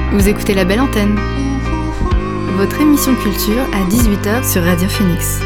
Vous écoutez La Belle Antenne, votre émission culture à 18h sur Radio Phoenix.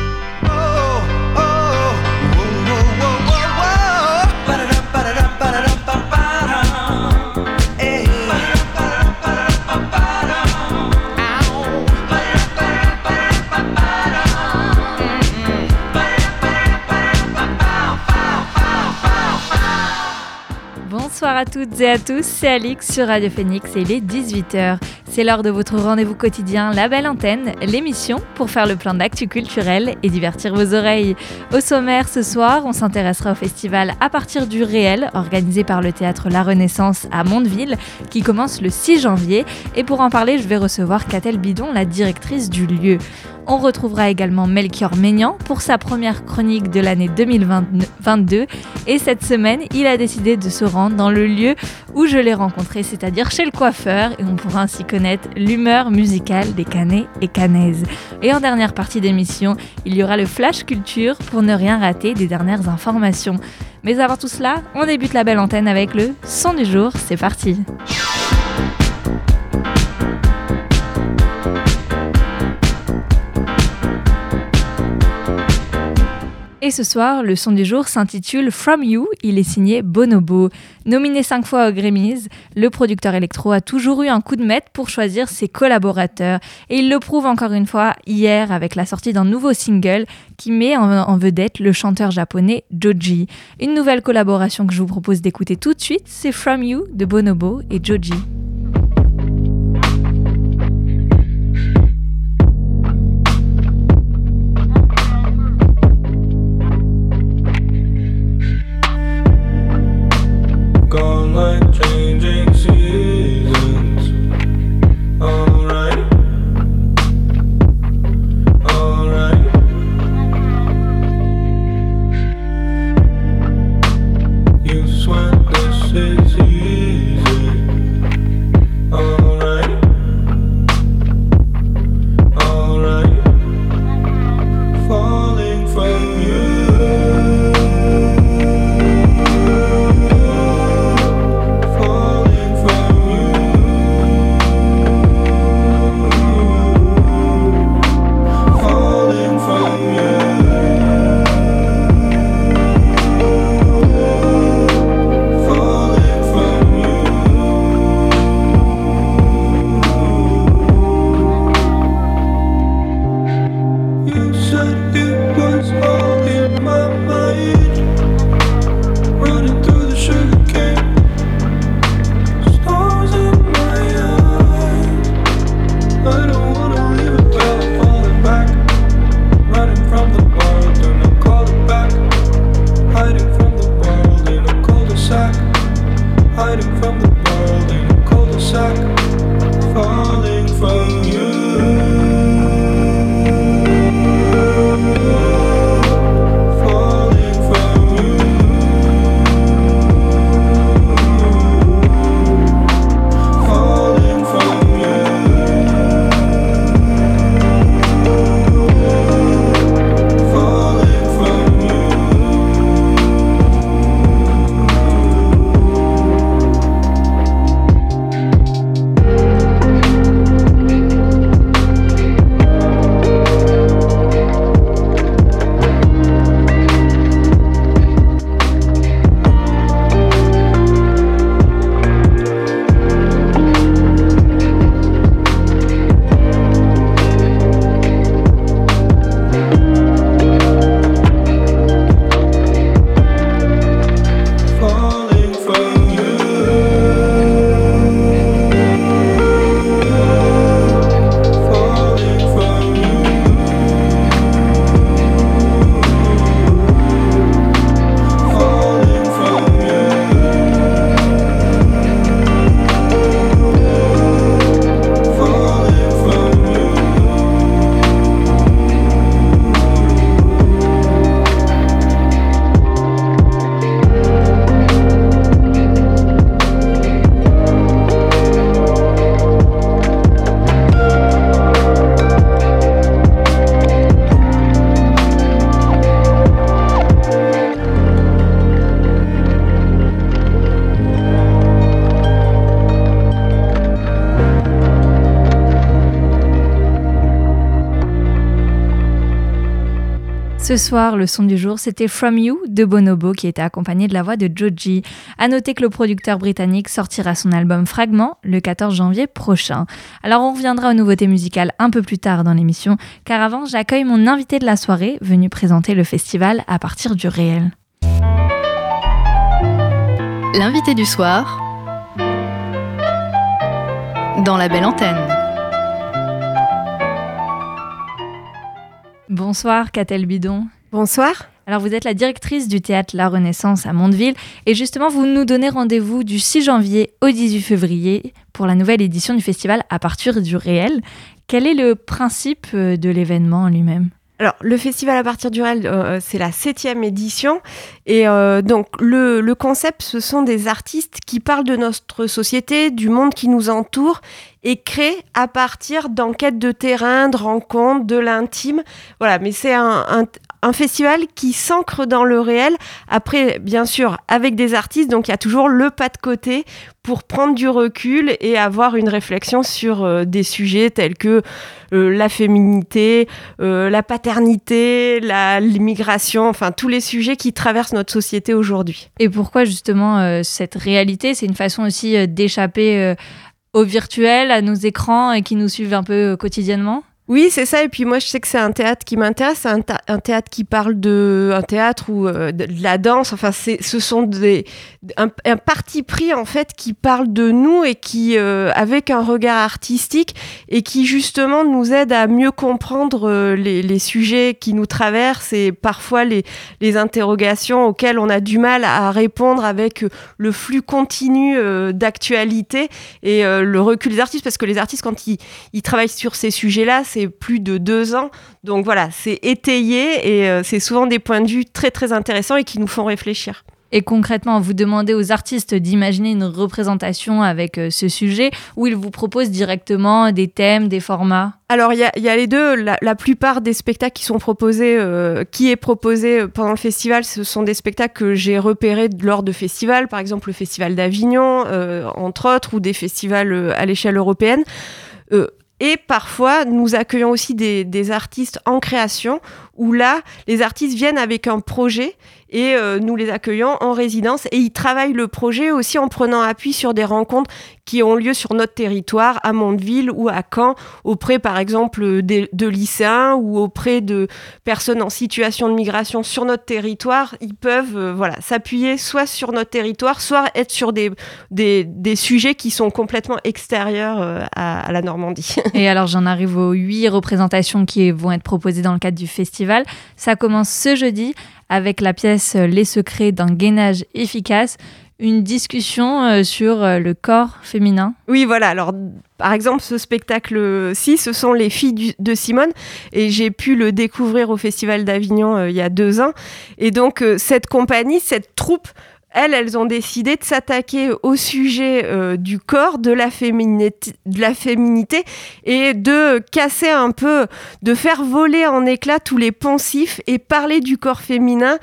Bonsoir à toutes et à tous, c'est Alix sur Radio Phoenix et il est 18h. C'est l'heure de votre rendez-vous quotidien La Belle Antenne, l'émission pour faire le plein d'actu culturel et divertir vos oreilles. Au sommaire ce soir, on s'intéressera au festival À partir du réel, organisé par le théâtre La Renaissance à Mondeville, qui commence le 6 janvier. Et pour en parler, je vais recevoir Catel Bidon, la directrice du lieu. On retrouvera également Melchior Maignan pour sa première chronique de l'année 2022. Et cette semaine, il a décidé de se rendre dans le lieu où je l'ai rencontré, c'est-à-dire chez le coiffeur. Et on pourra ainsi connaître l'humeur musicale des Canets et Canaises. Et en dernière partie d'émission, il y aura le Flash Culture pour ne rien rater des dernières informations. Mais avant tout cela, on débute La Belle Antenne avec le son du jour. C'est parti! Et ce soir, le son du jour s'intitule From You, il est signé Bonobo. Nominé 5 fois aux Grammys, le producteur électro a toujours eu un coup de maître pour choisir ses collaborateurs. Et il le prouve encore une fois hier avec la sortie d'un nouveau single qui met en vedette le chanteur japonais Joji. Une nouvelle collaboration que je vous propose d'écouter tout de suite, c'est From You de Bonobo et Joji. Gone like changing seasons. Alright, alright. You swear this is easy. Alright, alright. Falling from you. Falling Ce soir, le son du jour, c'était From You de Bonobo qui était accompagné de la voix de Joji. À noter que le producteur britannique sortira son album Fragment le 14 janvier prochain. Alors on reviendra aux nouveautés musicales un peu plus tard dans l'émission, car avant, j'accueille mon invité de la soirée, venu présenter le festival à partir du réel. L'invité du soir dans la belle antenne. Bonsoir, Catel Bidon. Bonsoir. Alors vous êtes la directrice du théâtre La Renaissance à Mondeville et justement vous nous donnez rendez-vous du 6 janvier au 18 février pour la nouvelle édition du festival à partir du réel. Quel est le principe de l'événement en lui-même ? Alors, le festival à partir du réel, c'est la 7e édition. Et donc, le concept, ce sont des artistes qui parlent de notre société, du monde qui nous entoure et créent à partir d'enquêtes de terrain, de rencontres, de l'intime. Voilà, mais c'est un festival qui s'ancre dans le réel. Après, bien sûr, avec des artistes, donc il y a toujours le pas de côté pour prendre du recul et avoir une réflexion sur des sujets tels que la féminité, la paternité, l'immigration, enfin tous les sujets qui traversent notre société aujourd'hui. Et pourquoi justement cette réalité ? C'est une façon aussi d'échapper au virtuel, à nos écrans et qui nous suivent un peu quotidiennement ? Oui, c'est ça. Et puis moi, je sais que c'est un théâtre qui m'intéresse. C'est un théâtre qui parle un théâtre ou de la danse. Enfin, ce sont un parti pris en fait qui parle de nous et qui, avec un regard artistique et qui justement nous aide à mieux comprendre les sujets qui nous traversent et parfois les interrogations auxquelles on a du mal à répondre avec le flux continu d'actualité et le recul des artistes. Parce que les artistes, quand ils travaillent sur ces sujets-là, c'est plus de 2 ans. Donc voilà, c'est étayé et c'est souvent des points de vue très très intéressants et qui nous font réfléchir. Et concrètement, vous demandez aux artistes d'imaginer une représentation avec ce sujet ou ils vous proposent directement des thèmes, des formats ? Alors, il y a les deux. La plupart des spectacles qui est proposé pendant le festival, ce sont des spectacles que j'ai repérés lors de festivals, par exemple le Festival d'Avignon, entre autres, ou des festivals à l'échelle européenne. Et parfois, nous accueillons aussi des artistes en création, où là, les artistes viennent avec un projet et nous les accueillons en résidence et ils travaillent le projet aussi en prenant appui sur des rencontres qui ont lieu sur notre territoire, à Mondeville ou à Caen, auprès par exemple de lycéens ou auprès de personnes en situation de migration sur notre territoire. Ils peuvent s'appuyer soit sur notre territoire, soit être sur des sujets qui sont complètement extérieurs à la Normandie. Et alors j'en arrive aux 8 représentations qui vont être proposées dans le cadre du festival. Ça commence ce jeudi avec la pièce Les secrets d'un gainage efficace, une discussion sur le corps féminin. Oui, voilà. Alors, par exemple, ce spectacle-ci, ce sont les filles de Simone et j'ai pu le découvrir au Festival d'Avignon il y a 2 ans. Et donc, cette compagnie, cette troupe, elles ont décidé de s'attaquer au sujet du corps, de la féminité et de casser un peu, de faire voler en éclats tous les poncifs et parler du corps féminin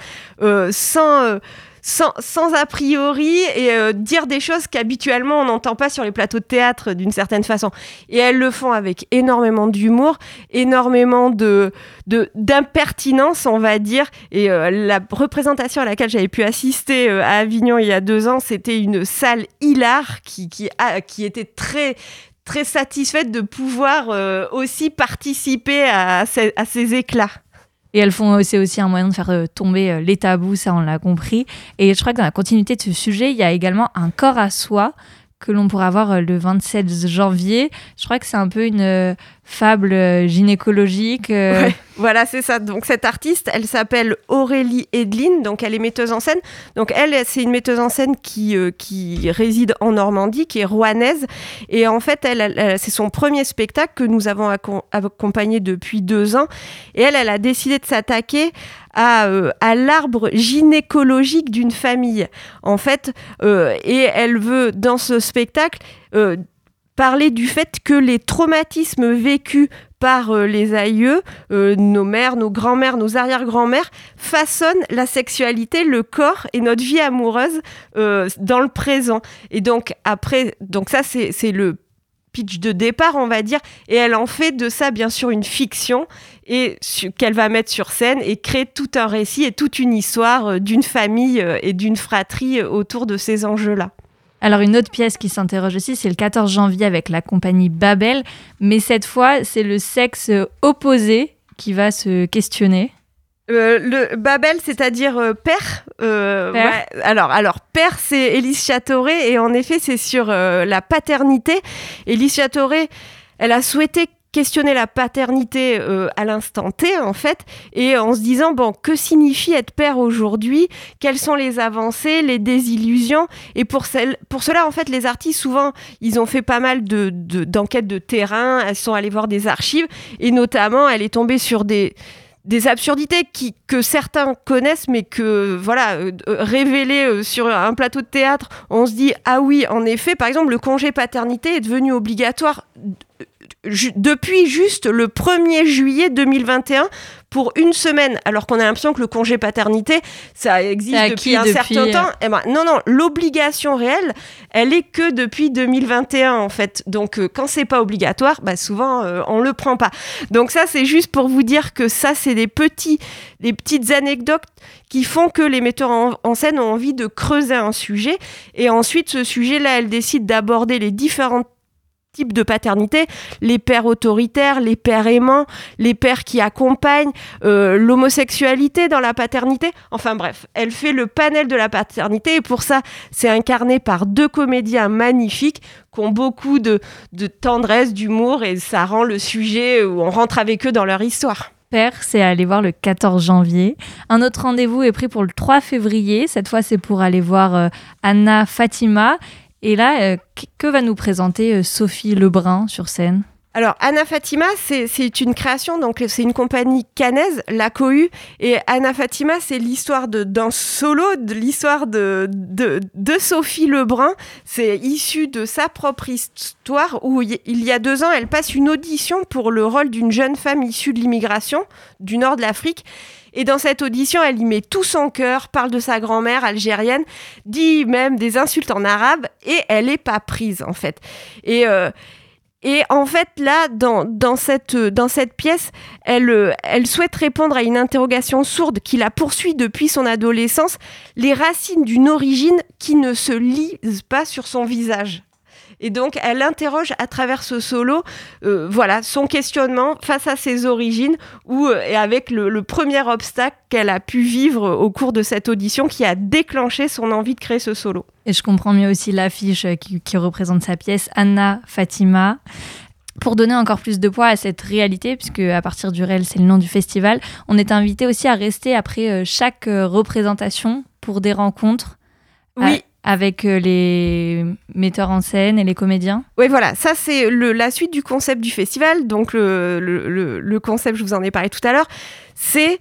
sans a priori et dire des choses qu'habituellement on n'entend pas sur les plateaux de théâtre d'une certaine façon. Et elles le font avec énormément d'humour, énormément d'impertinence, on va dire. Et la représentation à laquelle j'avais pu assister à Avignon il y a 2 ans, c'était une salle hilar qui était très très satisfaite de pouvoir aussi participer à ces éclats. Et elles font c'est aussi un moyen de faire tomber les tabous, ça on l'a compris. Et je crois que dans la continuité de ce sujet, il y a également un corps à soi que l'on pourra voir le 27 janvier. Je crois que c'est un peu une fable gynécologique. Ouais, voilà, c'est ça. Donc cette artiste, elle s'appelle Aurélie Edline, donc elle est metteuse en scène. Donc elle, c'est une metteuse en scène qui réside en Normandie, qui est rouennaise. Et en fait, elle c'est son premier spectacle que nous avons accompagné depuis 2 ans. Et elle a décidé de s'attaquer à l'arbre gynécologique d'une famille, en fait, et elle veut, dans ce spectacle, parler du fait que les traumatismes vécus par les aïeux, nos mères, nos grands-mères, nos arrière-grands-mères, façonnent la sexualité, le corps et notre vie amoureuse dans le présent. Et donc, après, ça, c'est le pitch de départ, on va dire, et elle en fait de ça, bien sûr, une fiction et qu'elle va mettre sur scène et créer tout un récit et toute une histoire d'une famille et d'une fratrie autour de ces enjeux-là. Alors une autre pièce qui s'interroge aussi, c'est le 14 janvier avec la compagnie Babel, mais cette fois, c'est le sexe opposé qui va se questionner. Le Babel, c'est-à-dire père. Père. Ouais, alors père, c'est Élise Châteauret et en effet, c'est sur la paternité. Élise Châteauret, elle a souhaité questionner la paternité à l'instant T, en fait, et en se disant, bon, que signifie être père aujourd'hui ? Quelles sont les avancées, les désillusions ? Et pour cela, en fait, les artistes, souvent, ils ont fait pas mal d'enquêtes de terrain, elles sont allées voir des archives, et notamment, elle est tombée sur des absurdités que certains connaissent, mais que, voilà, révélées sur un plateau de théâtre, on se dit, ah oui, en effet, par exemple, le congé paternité est devenu obligatoire depuis juste le 1er juillet 2021 pour une semaine, alors qu'on a l'impression que le congé paternité, ça existe depuis un certain temps. Eh ben, non, l'obligation réelle, elle est que depuis 2021, en fait. Donc, quand c'est pas obligatoire, bah, souvent, on le prend pas. Donc ça, c'est juste pour vous dire que ça, c'est des petites anecdotes qui font que les metteurs en scène ont envie de creuser un sujet. Et ensuite, ce sujet-là, elle décide d'aborder les différents types de paternité, les pères autoritaires, les pères aimants, les pères qui accompagnent, l'homosexualité dans la paternité. Enfin bref, elle fait le panel de la paternité et pour ça, c'est incarné par 2 comédiens magnifiques qui ont beaucoup de tendresse, d'humour et ça rend le sujet où on rentre avec eux dans leur histoire. Père, c'est aller voir le 14 janvier. Un autre rendez-vous est pris pour le 3 février. Cette fois, c'est pour aller voir Anna Fatima. Et là, que va nous présenter Sophie Lebrun sur scène ? Alors, Anna Fatima, c'est une création, donc c'est une compagnie caennaise, la Cohue, et Anna Fatima, c'est l'histoire d'un solo, de l'histoire de Sophie Lebrun. C'est issu de sa propre histoire, où il y a 2 ans, elle passe une audition pour le rôle d'une jeune femme issue de l'immigration du nord de l'Afrique. Et dans cette audition, elle y met tout son cœur, parle de sa grand-mère algérienne, dit même des insultes en arabe, et elle n'est pas prise, en fait. Et en fait, là, dans cette pièce, elle souhaite répondre à une interrogation sourde qui la poursuit depuis son adolescence, les racines d'une origine qui ne se lisent pas sur son visage. Et donc, elle interroge à travers ce solo son questionnement face à ses origines et avec le premier obstacle qu'elle a pu vivre au cours de cette audition qui a déclenché son envie de créer ce solo. Et je comprends mieux aussi l'affiche qui représente sa pièce, Anna Fatima. Pour donner encore plus de poids à cette réalité, puisque à partir du réel, c'est le nom du festival, on est invité aussi à rester après chaque représentation pour des rencontres. Oui. Avec les metteurs en scène et les comédiens. Oui, voilà, ça c'est la suite du concept du festival. Donc le concept, je vous en ai parlé tout à l'heure, c'est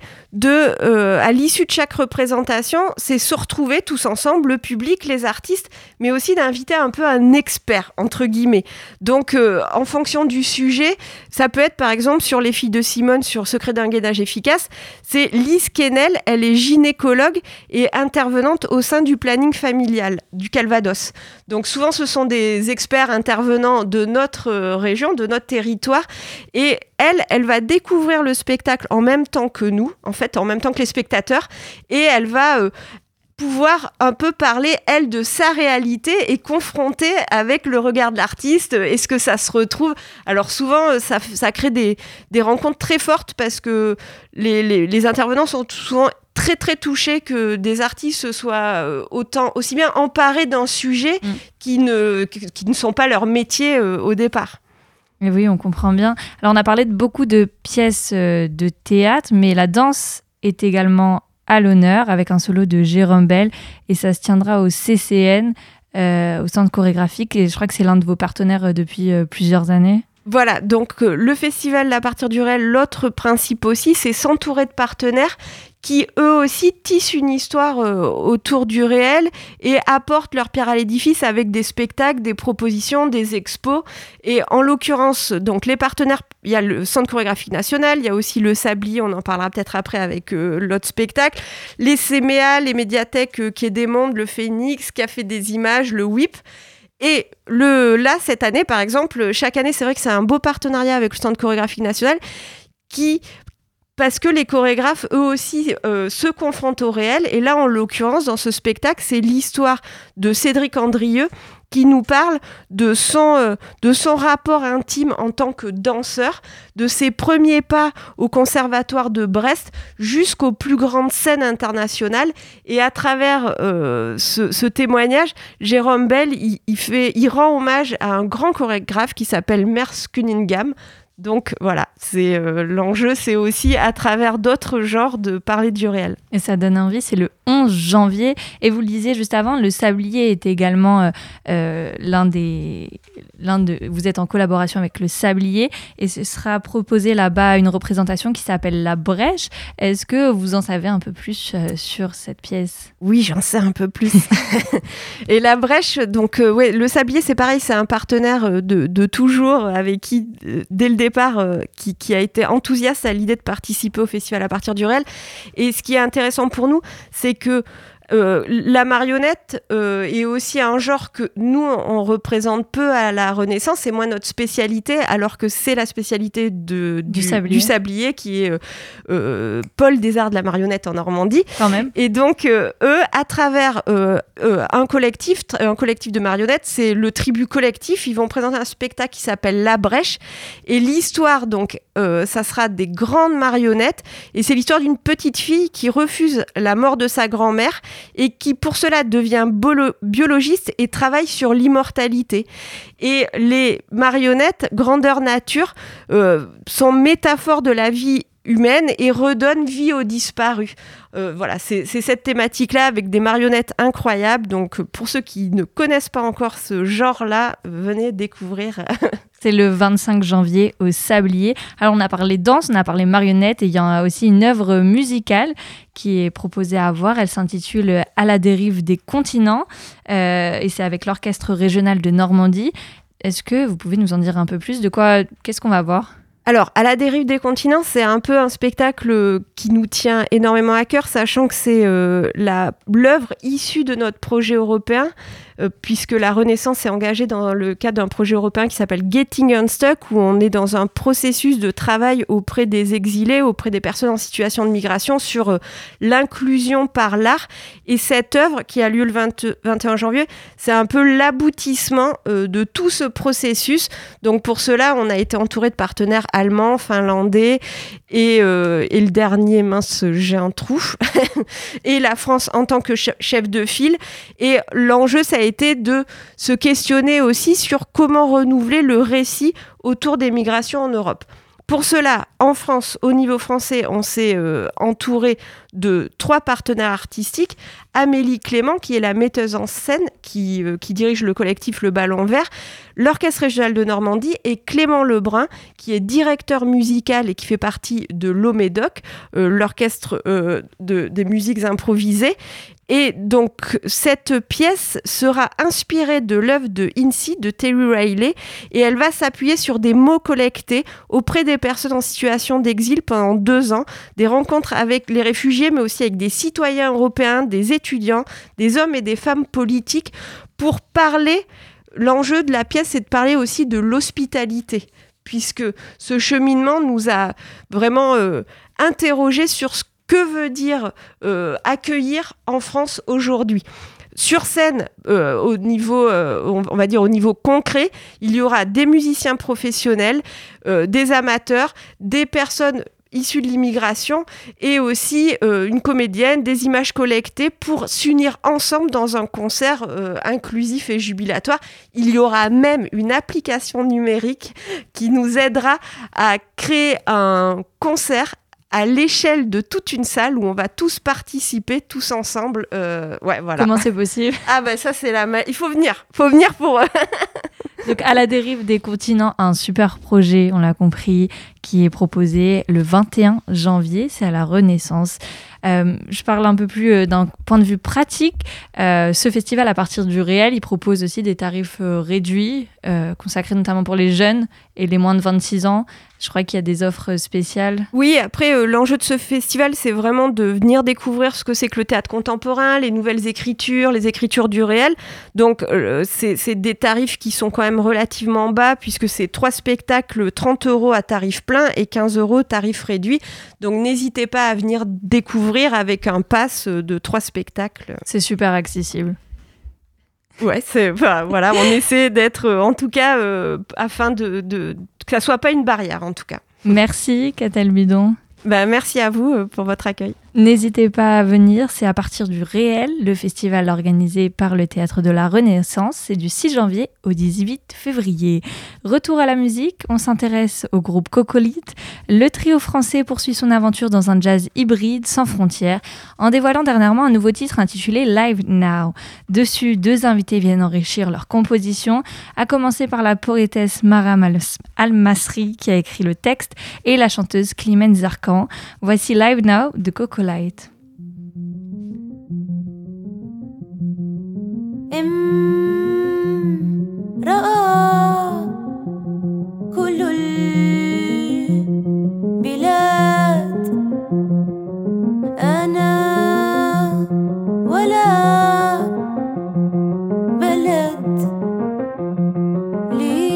à l'issue de chaque représentation, c'est se retrouver tous ensemble, le public, les artistes, mais aussi d'inviter un peu un expert, entre guillemets. Donc, en fonction du sujet, ça peut être par exemple sur Les filles de Simone, sur Secret d'un gainage efficace, c'est Lise Quesnel, elle est gynécologue et intervenante au sein du planning familial du Calvados. Donc souvent, ce sont des experts intervenants de notre région, de notre territoire, et elle va découvrir le spectacle en même temps que nous, en fait, en même temps que les spectateurs, et elle va pouvoir un peu parler, elle, de sa réalité et confronter avec le regard de l'artiste. Est-ce que ça se retrouve ? Alors souvent, ça crée des rencontres très fortes parce que les intervenants sont souvent très très touchés que des artistes se soient aussi bien emparés d'un sujet qui ne sont pas leur métier au départ. Et oui, on comprend bien. Alors, on a parlé de beaucoup de pièces de théâtre, mais la danse est également à l'honneur avec un solo de Jérôme Bell et ça se tiendra au CCN, au Centre chorégraphique, et je crois que c'est l'un de vos partenaires depuis plusieurs années. Voilà, donc le festival à partir du réel, l'autre principe aussi, c'est s'entourer de partenaires qui eux aussi tissent une histoire autour du réel et apportent leur pierre à l'édifice avec des spectacles, des propositions, des expos. Et en l'occurrence, donc les partenaires, il y a le Centre chorégraphique national, il y a aussi le Sablier, on en parlera peut-être après avec l'autre spectacle, les CMEA, les médiathèques Quai des Mondes, le Phénix, Café des Images, le WIP. Et là, cette année, par exemple, chaque année, c'est vrai que c'est un beau partenariat avec le Centre chorégraphique national parce que les chorégraphes, eux aussi, se confrontent au réel. Et là, en l'occurrence, dans ce spectacle, c'est l'histoire de Cédric Andrieux qui nous parle de son rapport intime en tant que danseur, de ses premiers pas au Conservatoire de Brest jusqu'aux plus grandes scènes internationales. Et à travers ce témoignage, Jérôme Bell, il rend hommage à un grand chorégraphe qui s'appelle Merce Cunningham. Donc voilà, l'enjeu, c'est aussi à travers d'autres genres de parler du réel. Et ça donne envie, c'est le 11 janvier. Et vous le disiez juste avant, le Sablier est également vous êtes en collaboration avec le Sablier et ce sera proposé là-bas une représentation qui s'appelle La Brèche. Est-ce que vous en savez un peu plus sur cette pièce ? Oui, j'en sais un peu plus. Et La Brèche, donc le Sablier, c'est pareil, c'est un partenaire de toujours avec qui, dès le départ, qui a été enthousiaste à l'idée de participer au festival à partir du réel. Et ce qui est intéressant pour nous, c'est que la marionnette est aussi un genre que nous, on représente peu à la Renaissance. C'est moins notre spécialité, alors que c'est la spécialité du Sablier, qui est pôle des arts de la marionnette en Normandie. Quand même. Et donc, eux, à travers un collectif de marionnettes, c'est le Tribut Collectif, ils vont présenter un spectacle qui s'appelle La Brèche. Et l'histoire, donc, ça sera des grandes marionnettes. Et c'est l'histoire d'une petite fille qui refuse la mort de sa grand-mère et qui pour cela devient biologiste et travaille sur l'immortalité. Et les marionnettes, grandeur nature, sont métaphores de la vie humaine et redonnent vie aux disparus. Voilà, c'est cette thématique-là avec des marionnettes incroyables. Donc pour ceux qui ne connaissent pas encore ce genre-là, venez découvrir. C'est le 25 janvier au Sablier. Alors on a parlé danse, on a parlé marionnettes et il y a aussi une œuvre musicale qui est proposée à voir. Elle s'intitule « À la dérive des continents » et c'est avec l'Orchestre régional de Normandie. Est-ce que vous pouvez nous en dire un peu plus ? Qu'est-ce qu'on va voir ? Alors, À la dérive des continents, c'est un peu un spectacle qui nous tient énormément à cœur, sachant que c'est l'œuvre issue de notre projet européen, puisque la Renaissance est engagée dans le cadre d'un projet européen qui s'appelle Getting Unstuck, où on est dans un processus de travail auprès des exilés, auprès des personnes en situation de migration, sur l'inclusion par l'art. Et cette œuvre, qui a lieu le 21 janvier, c'est un peu l'aboutissement de tout ce processus. Donc pour cela, on a été entouré de partenaires allemands, finlandais, et le dernier, mince, j'ai un trou, et la France en tant que chef de file. Et l'enjeu, ça a été de se questionner aussi sur comment renouveler le récit autour des migrations en Europe. Pour cela, en France, au niveau français, on s'est entouré de 3 partenaires artistiques. Amélie Clément, qui est la metteuse en scène, qui dirige le collectif Le Ballon Vert, l'Orchestre régional de Normandie, et Clément Lebrun, qui est directeur musical et qui fait partie de l'Omédoc, l'orchestre des musiques improvisées. Et donc, cette pièce sera inspirée de l'œuvre de Incy, de Terry Riley, et elle va s'appuyer sur des mots collectés auprès des personnes en situation d'exil pendant 2 ans, des rencontres avec les réfugiés, mais aussi avec des citoyens européens, des étudiants, des hommes et des femmes politiques, pour parler. L'enjeu de la pièce, c'est de parler aussi de l'hospitalité, puisque ce cheminement nous a vraiment interrogés sur ce que veut dire accueillir en France aujourd'hui. Sur scène, au niveau, on va dire au niveau concret, il y aura des musiciens professionnels, des amateurs, des personnes issues de l'immigration et aussi une comédienne, des images collectées pour s'unir ensemble dans un concert inclusif et jubilatoire. Il y aura même une application numérique qui nous aidera à créer un concert à l'échelle de toute une salle où on va tous participer, tous ensemble. Voilà. Comment c'est possible ? Ah ben ça, c'est il faut venir pour... Donc, À la dérive des continents, un super projet, on l'a compris, qui est proposé le 21 janvier, c'est à la Renaissance. Je parle un peu plus d'un point de vue pratique. Ce festival, à partir du réel, il propose aussi des tarifs réduits, consacrés notamment pour les jeunes et les moins de 26 ans. Je crois qu'il y a des offres spéciales. Oui, après, l'enjeu de ce festival, c'est vraiment de venir découvrir ce que c'est que le théâtre contemporain, les nouvelles écritures, les écritures du réel. Donc, c'est des tarifs qui sont quand même relativement bas, puisque c'est 3 spectacles, 30 € à tarif plein et 15 € tarif réduit. Donc, n'hésitez pas à venir découvrir avec un pass de 3 spectacles. C'est super accessible. Ouais, voilà, on essaie d'être, en tout cas, afin que ça soit pas une barrière, en tout cas. Merci, Catel Bidon. Merci à vous pour votre accueil. N'hésitez pas à venir, c'est à partir du réel, le festival organisé par le Théâtre de la Renaissance, c'est du 6 janvier au 18 février. Retour à la musique, on s'intéresse au groupe Cocolite. Le trio français poursuit son aventure dans un jazz hybride sans frontières, en dévoilant dernièrement un nouveau titre intitulé Live Now. Dessus, 2 invités viennent enrichir leur composition, à commencer par la poétesse Maram Al-Masri qui a écrit le texte et la chanteuse Climène Zarkan. Voici Live Now de Cocolite. رأى كل البلاد أنا ولا بلد لي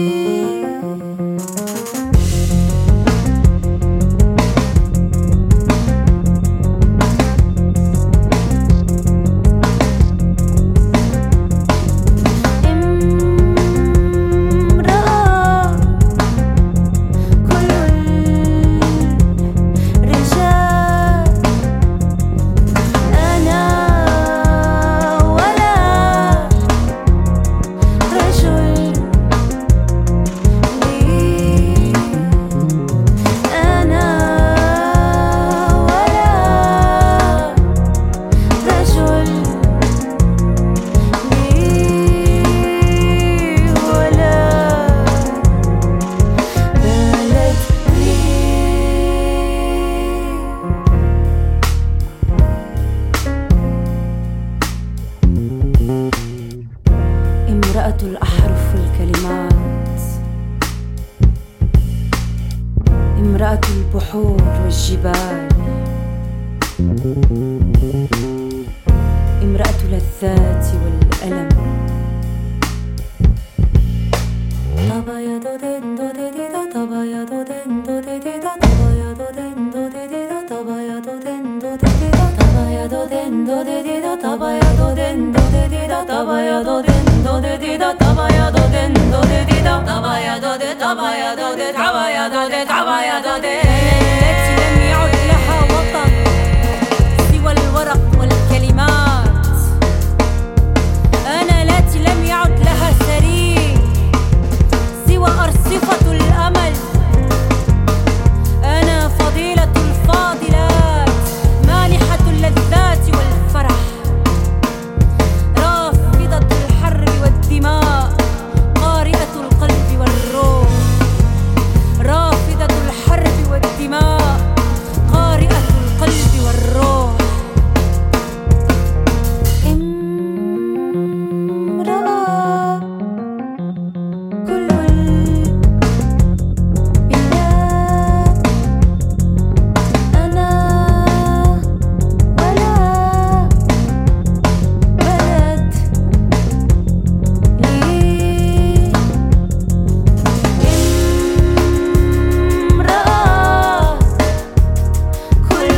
امرأة البحور والجبال امرأة اللذات والألم التي لم يعد لها وطن سوى الورق والكلمات أنا التي لم يعد لها سرير سوى أرصفة الأمل أنا فضيلة الفاضلات مانحة اللذات والفرح رافضة الحر والدماء قارئة القلب والروح رافضة الحرب والدماء قارئة القلب والروح امرأة كل البلاد أنا ولا بلد لي امرأة كل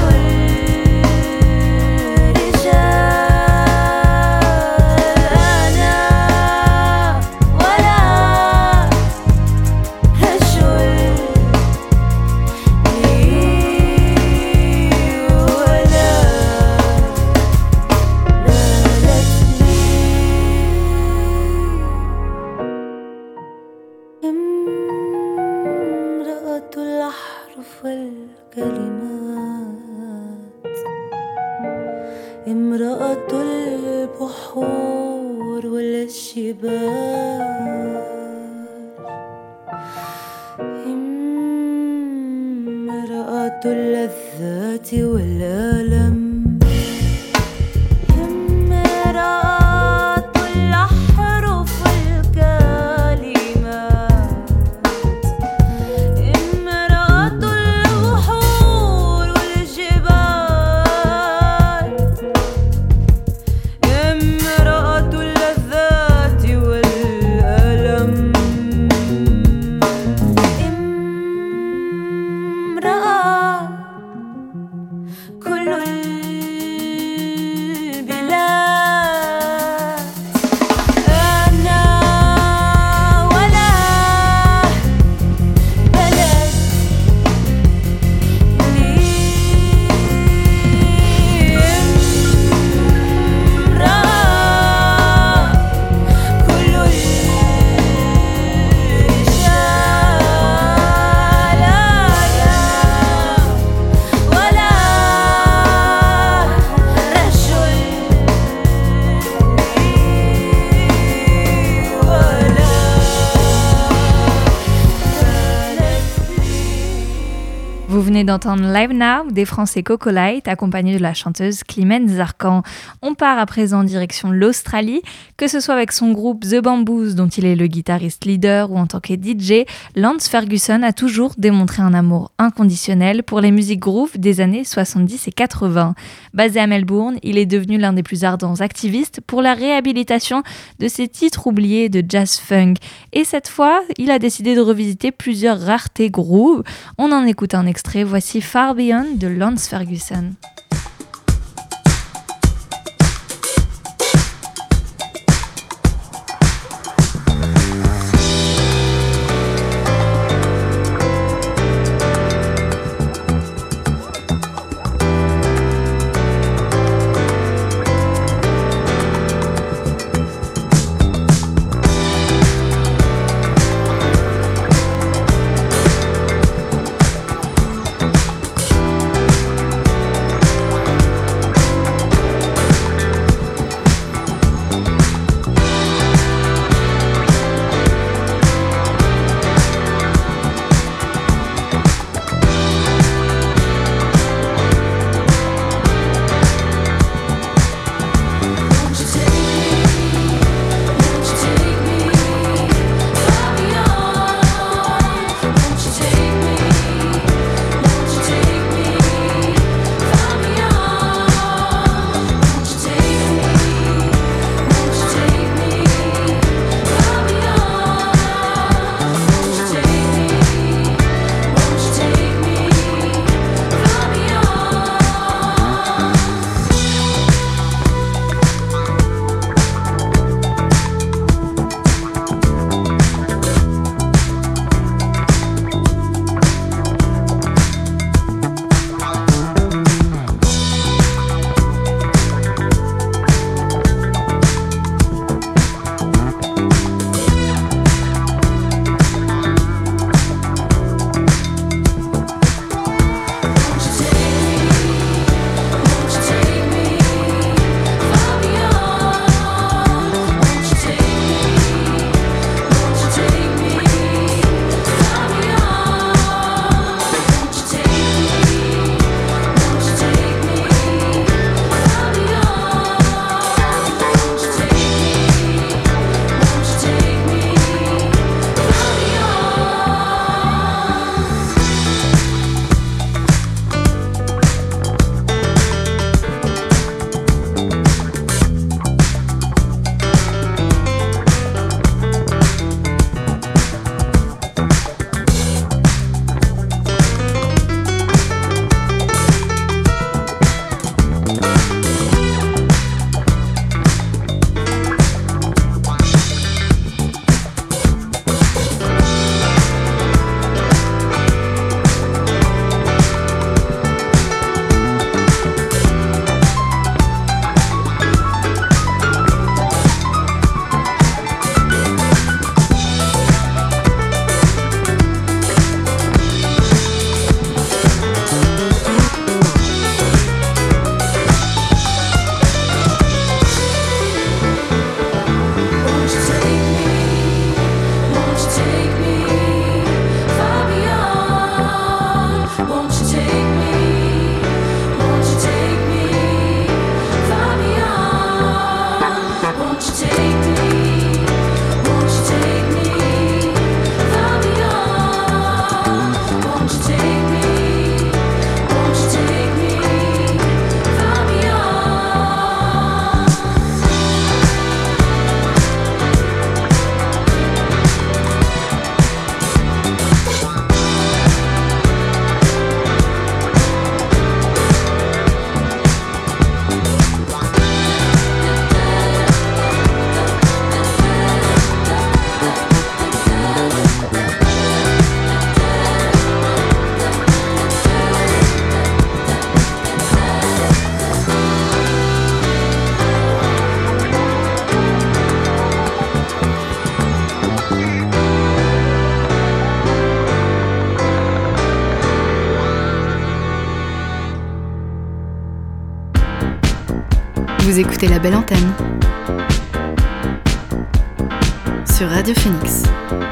الرجال أنا ولا رجل لي ولا بلد لي امرأة الأحرف والكلمات امرأة البحور والجبال امرأة اللذات الذات والألم امرأة الأحرف الكلمات امرأة البحور والجبال امرأة اللذات والألم امرأة كل البلاد أنا ولا بلد لي امرأة كل الرجال أنا ولا رجل Vous venez d'entendre Live Now des Français Coco Light, accompagnés de la chanteuse Climène Zarkan. On part à présent en direction de l'Australie, que ce soit avec son groupe The Bamboos, dont il est le guitariste leader, ou en tant que DJ, Lance Ferguson a toujours démontré un amour inconditionnel pour les musiques groove des années 70 et 80. Basé à Melbourne, il est devenu l'un des plus ardents activistes pour la réhabilitation de ces titres oubliés de jazz funk. Et cette fois, il a décidé de revisiter plusieurs raretés groove. On en écoute un extrait, voici Far Beyond de Lance Ferguson. Vous écoutez La Belle Antenne sur Radio Phoenix.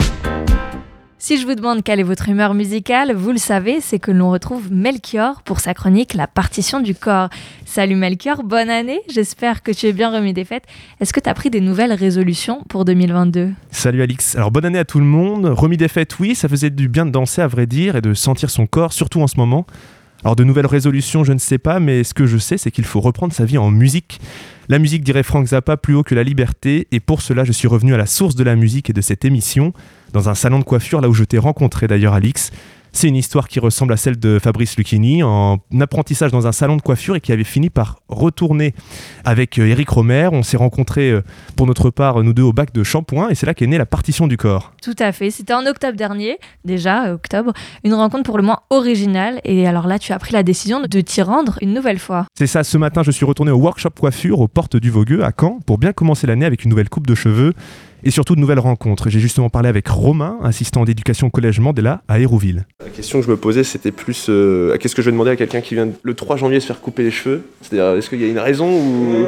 Si je vous demande quelle est votre humeur musicale, vous le savez, c'est que l'on retrouve Melchior pour sa chronique La partition du corps. Salut Melchior, bonne année, j'espère que tu es bien remis des fêtes. Est-ce que tu as pris des nouvelles résolutions pour 2022 ? Salut Alix, alors bonne année à tout le monde. Remis des fêtes, oui, ça faisait du bien de danser à vrai dire et de sentir son corps, surtout en ce moment. Alors de nouvelles résolutions, je ne sais pas, mais ce que je sais, c'est qu'il faut reprendre sa vie en musique. La musique, dirait Frank Zappa, plus haut que la liberté, et pour cela, je suis revenu à la source de la musique et de cette émission, dans un salon de coiffure, là où je t'ai rencontré d'ailleurs, Alix. C'est une histoire qui ressemble à celle de Fabrice Lucchini, en apprentissage dans un salon de coiffure et qui avait fini par retourner avec Éric Romer. On s'est rencontrés pour notre part, nous deux, au bac de Shampoing, et c'est là qu'est née la partition du corps. Tout à fait, c'était en octobre dernier, déjà octobre, une rencontre pour le moins originale, et alors là tu as pris la décision de t'y rendre une nouvelle fois. C'est ça, ce matin je suis retourné au workshop coiffure aux portes du Vogueux à Caen pour bien commencer l'année avec une nouvelle coupe de cheveux et surtout de nouvelles rencontres. J'ai justement parlé avec Romain, assistant d'éducation au collège Mandela à Hérouville. La question que je me posais, c'était plus qu'est-ce que je vais demander à quelqu'un qui vient le 3 janvier se faire couper les cheveux ? C'est-à-dire, est-ce qu'il y a une raison ou...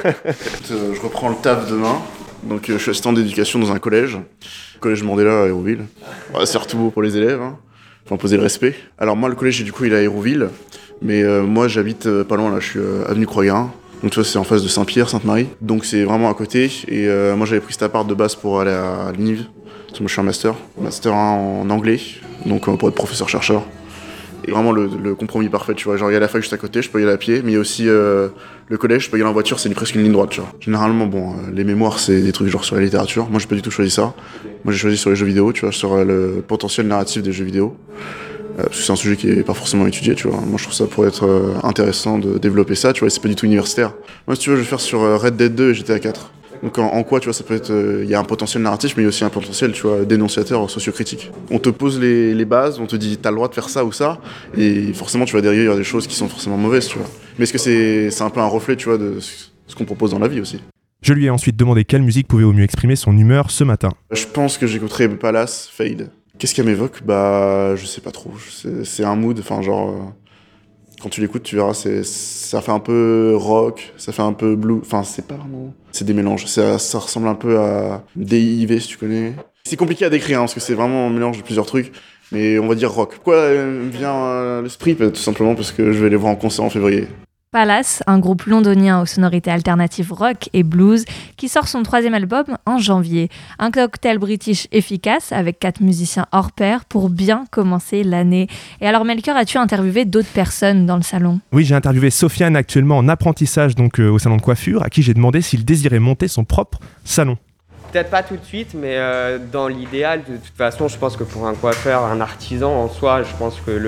Je reprends le taf demain, donc je suis assistant d'éducation dans un collège Mandela à Hérouville. C'est tout beau pour les élèves, hein. Faut imposer le respect. Alors moi, le collège, du coup, il est à Hérouville, mais moi, j'habite pas loin, là, je suis avenue Croix-Garin. Donc tu vois, c'est en face de Saint-Pierre, Sainte-Marie. Donc c'est vraiment à côté. Et moi, j'avais pris cet appart de base pour aller à l'UNIV. Parce que moi, je suis un master 1 en anglais, donc pour être professeur-chercheur. Et vraiment le compromis parfait, tu vois. Genre, il y a la fac juste à côté, je peux y aller à pied, mais il y a aussi le collège, je peux y aller en voiture, c'est presque une ligne droite, tu vois. Généralement, les mémoires, c'est des trucs genre sur la littérature. Moi, j'ai pas du tout choisi ça. Moi, j'ai choisi sur les jeux vidéo, tu vois, sur le potentiel narratif des jeux vidéo. Parce que c'est un sujet qui est pas forcément étudié, tu vois. Moi, je trouve ça pourrait être intéressant de développer ça, tu vois, et c'est pas du tout universitaire. Moi, si tu veux, je vais faire sur Red Dead 2 et GTA 4. Donc en quoi, tu vois, ça peut être... Il y a un potentiel narratif, mais il y a aussi un potentiel, tu vois, dénonciateur sociocritique. On te pose les bases, on te dit t'as le droit de faire ça ou ça, et forcément, tu vas derrière, il y a des choses qui sont forcément mauvaises, tu vois. Mais est-ce que c'est un peu un reflet, tu vois, de ce qu'on propose dans la vie aussi. Je lui ai ensuite demandé quelle musique pouvait au mieux exprimer son humeur ce matin. Je pense que j'écouterai Palace, Fade. Qu'est-ce qu'elle m'évoque ? Bah, je sais pas trop. C'est un mood, enfin genre... Quand tu l'écoutes, tu verras, ça fait un peu rock, ça fait un peu blues, enfin c'est pas vraiment... C'est des mélanges, ça ressemble un peu à DIV si tu connais. C'est compliqué à décrire, hein, parce que c'est vraiment un mélange de plusieurs trucs, mais on va dire rock. Pourquoi me vient à l'esprit ? Tout simplement parce que je vais les voir en concert en février. Palace, un groupe londonien aux sonorités alternatives rock et blues qui sort son 3e album en janvier. Un cocktail british efficace avec 4 musiciens hors pair pour bien commencer l'année. Et alors Melchior, as-tu interviewé d'autres personnes dans le salon ? Oui, j'ai interviewé Sofiane, actuellement en apprentissage donc au salon de coiffure, à qui j'ai demandé s'il désirait monter son propre salon. Peut-être pas tout de suite, mais dans l'idéal, de toute façon, je pense que pour un coiffeur, un artisan en soi, je pense que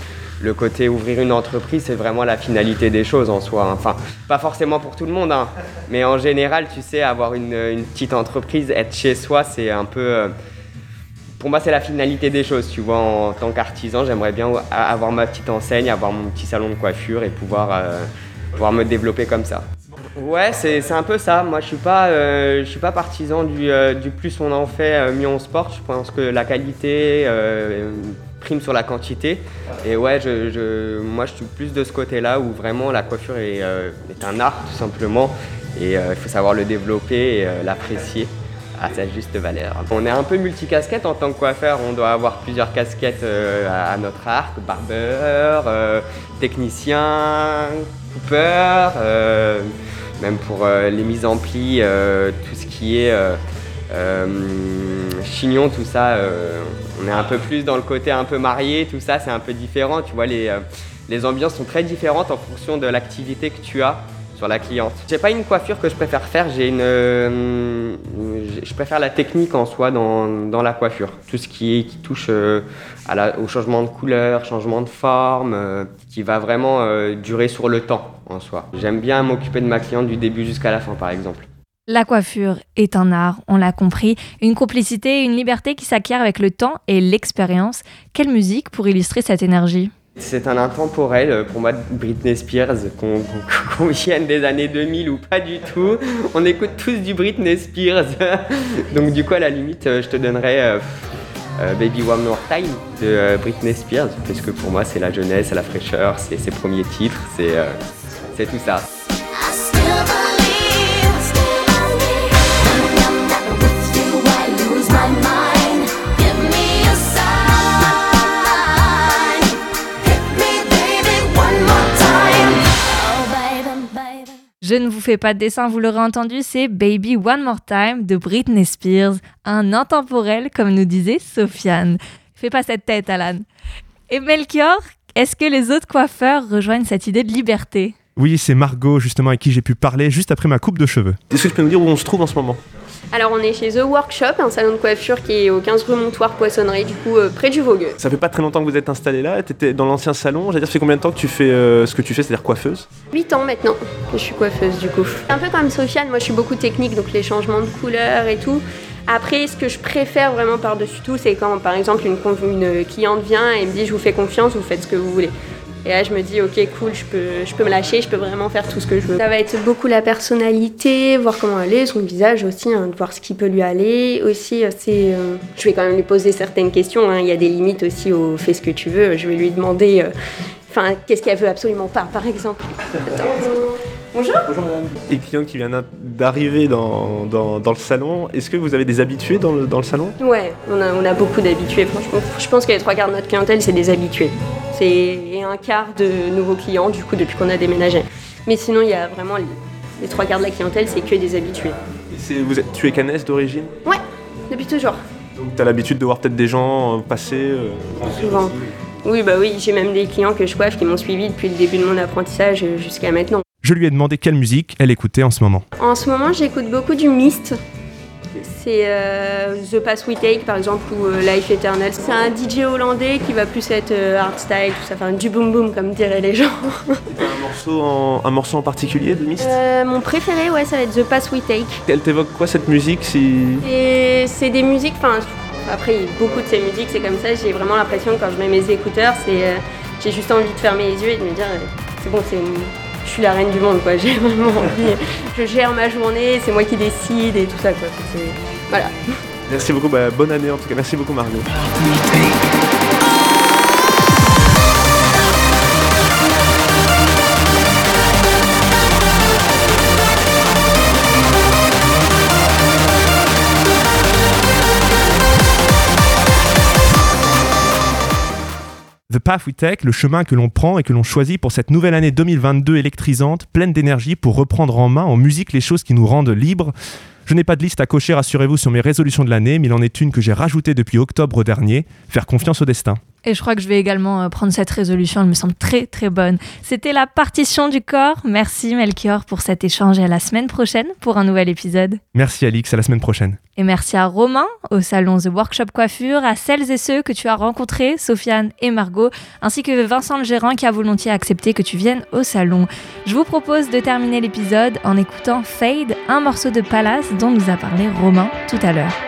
le côté ouvrir une entreprise, c'est vraiment la finalité des choses en soi. Enfin, pas forcément pour tout le monde, hein, mais en général, tu sais, avoir une petite entreprise, être chez soi, c'est un peu... pour moi, c'est la finalité des choses, tu vois. En tant qu'artisan, j'aimerais bien avoir ma petite enseigne, avoir mon petit salon de coiffure et pouvoir me développer comme ça. Ouais, c'est un peu ça. Moi, je suis pas partisan du plus on en fait, mieux on se porte. Je pense que la qualité prime sur la quantité. Et ouais, moi, je suis plus de ce côté-là où vraiment la coiffure est un art, tout simplement. Et il faut savoir le développer et l'apprécier à sa juste valeur. On est un peu multicasquette en tant que coiffeur. On doit avoir plusieurs casquettes à notre arc. Barbeur, technicien, coupeur... même pour les mises en pli, tout ce qui est chignon, tout ça, on est un peu plus dans le côté un peu marié, tout ça, c'est un peu différent. Tu vois, les ambiances sont très différentes en fonction de l'activité que tu as sur la cliente. J'ai pas une coiffure que je préfère faire, je préfère la technique en soi dans la coiffure. Tout ce qui touche au changement de couleur, changement de forme, qui va vraiment durer sur le temps en soi. J'aime bien m'occuper de ma cliente du début jusqu'à la fin, par exemple. La coiffure est un art, on l'a compris, une complicité, une liberté qui s'acquiert avec le temps et l'expérience. Quelle musique pour illustrer cette énergie ? C'est un intemporel, pour moi, Britney Spears, qu'on vienne des années 2000 ou pas du tout. On écoute tous du Britney Spears. Donc du coup, à la limite, je te donnerais Baby One More Time de Britney Spears, parce que pour moi, c'est la jeunesse, c'est la fraîcheur, c'est ses premiers titres, c'est tout ça. Je ne vous fais pas de dessin, vous l'aurez entendu, c'est Baby One More Time de Britney Spears, un intemporel comme nous disait Sofiane. Fais pas cette tête, Alan. Et Melchior, est-ce que les autres coiffeurs rejoignent cette idée de liberté ? Oui, c'est Margot justement avec qui j'ai pu parler juste après ma coupe de cheveux. Est-ce que tu peux nous dire où on se trouve en ce moment? Alors on est chez The Workshop, un salon de coiffure qui est au 15 rue Montoire Poissonnerie, du coup près du Vogueux. Ça fait pas très longtemps que vous êtes installé là, t'étais dans l'ancien salon, j'allais dire, ça fait combien de temps que tu fais ce que tu fais, c'est-à-dire coiffeuse? 8 ans maintenant que je suis coiffeuse du coup. Un peu comme Sofiane, moi je suis beaucoup technique, donc les changements de couleurs et tout. Après, ce que je préfère vraiment par-dessus tout, c'est quand par exemple une cliente vient et me dit je vous fais confiance, vous faites ce que vous voulez. Et là, je me dis, ok, cool, je peux me lâcher, je peux vraiment faire tout ce que je veux. Ça va être beaucoup la personnalité, voir comment elle est, son visage aussi, de voir ce qui peut lui aller. Aussi, je vais quand même lui poser certaines questions. Il y a des limites aussi au fais ce que tu veux. Je vais lui demander, qu'est-ce qu'elle veut absolument pas, par exemple. Bonjour. Bonjour madame. Et cliente qui vient d'arriver dans le salon, est-ce que vous avez des habitués dans le salon? Ouais, on a beaucoup d'habitués, franchement. Je pense que les 3/4 de notre clientèle, c'est des habitués. Et un quart de nouveaux clients, du coup, depuis qu'on a déménagé. Mais sinon, il y a vraiment les 3/4 de la clientèle, c'est que des habitués. Tu es cannaise d'origine? Ouais, depuis toujours. Donc tu as l'habitude de voir peut-être des gens passer souvent. Oui, j'ai même des clients que je coiffe qui m'ont suivi depuis le début de mon apprentissage jusqu'à maintenant. Je lui ai demandé quelle musique elle écoutait en ce moment. En ce moment, j'écoute beaucoup du Myst. C'est The Path We Take par exemple ou Life Eternal. C'est un DJ hollandais qui va plus être hardstyle, tout ça, enfin du boom boom comme diraient les gens. Un morceau en particulier de Myst? Mon préféré, ouais, ça va être The Path We Take. Elle t'évoque quoi cette musique C'est des musiques, après beaucoup de ces musiques, c'est comme ça, j'ai vraiment l'impression que quand je mets mes écouteurs, j'ai juste envie de fermer les yeux et de me dire c'est bon, je suis la reine du monde, quoi. J'ai vraiment envie, je gère ma journée, c'est moi qui décide et tout ça, quoi. Voilà. Merci beaucoup, bonne année en tout cas, merci beaucoup Margot. The Path We Take, le chemin que l'on prend et que l'on choisit pour cette nouvelle année 2022 électrisante, pleine d'énergie pour reprendre en main en musique les choses qui nous rendent libres. Je n'ai pas de liste à cocher, rassurez-vous, sur mes résolutions de l'année, mais il en est une que j'ai rajoutée depuis octobre dernier, faire confiance au destin. Et je crois que je vais également prendre cette résolution, elle me semble très très bonne. C'était la partition du corps. Merci Melchior pour cet échange et à la semaine prochaine pour un nouvel épisode. Merci Alix, à la semaine prochaine. Et merci à Romain, au salon The Workshop Coiffure, à celles et ceux que tu as rencontrés, Sofiane et Margot, ainsi que Vincent le gérant qui a volontiers accepté que tu viennes au salon. Je vous propose de terminer l'épisode en écoutant Fade, un morceau de Palace dont nous a parlé Romain tout à l'heure.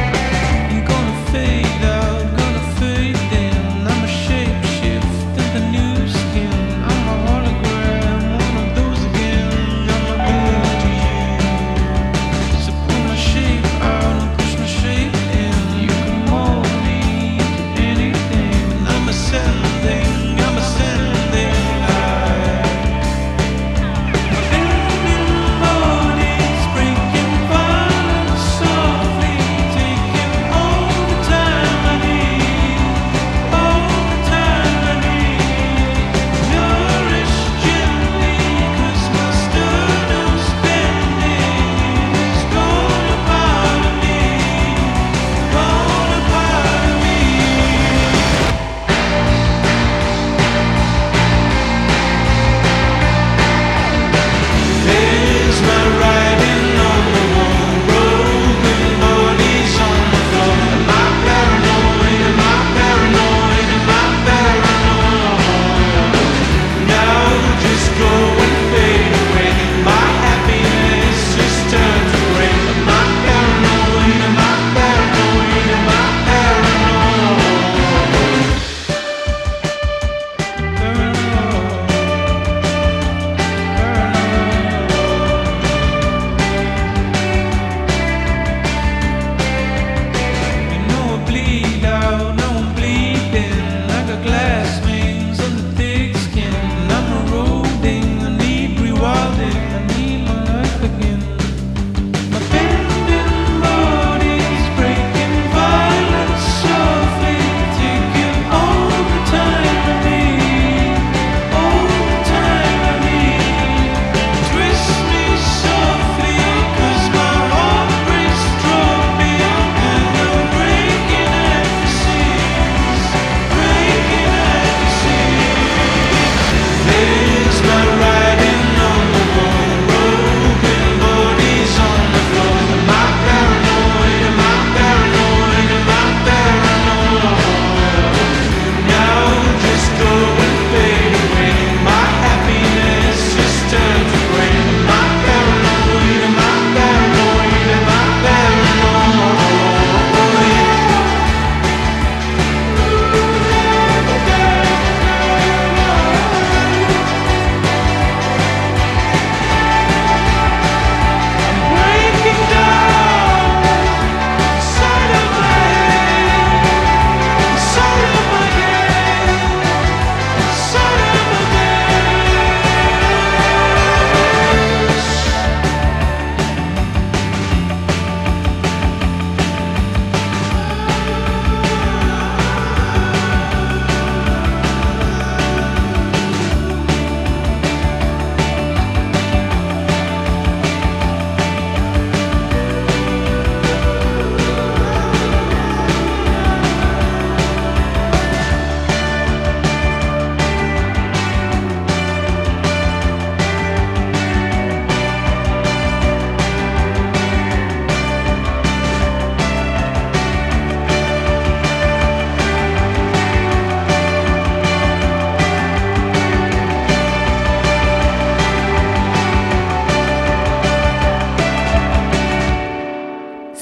I'm gonna fade in. I'm a shapeshift underneath.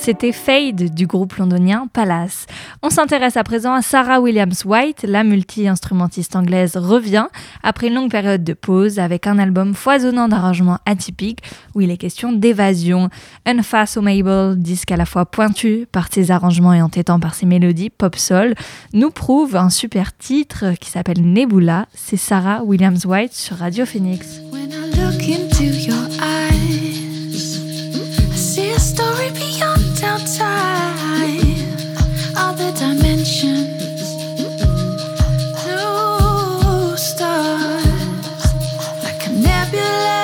C'était Fade du groupe londonien Palace. On s'intéresse à présent à Sarah Williams-White. La multi-instrumentiste anglaise revient après une longue période de pause avec un album foisonnant d'arrangements atypiques où il est question d'évasion. Unfathomable, disque à la fois pointu par ses arrangements et entêtant par ses mélodies pop-soul, nous prouve un super titre qui s'appelle Nebula. C'est Sarah Williams-White sur Radio Phoenix. When I look into your eyes, I see a story beyond our time, other dimensions, new stars, like a nebula.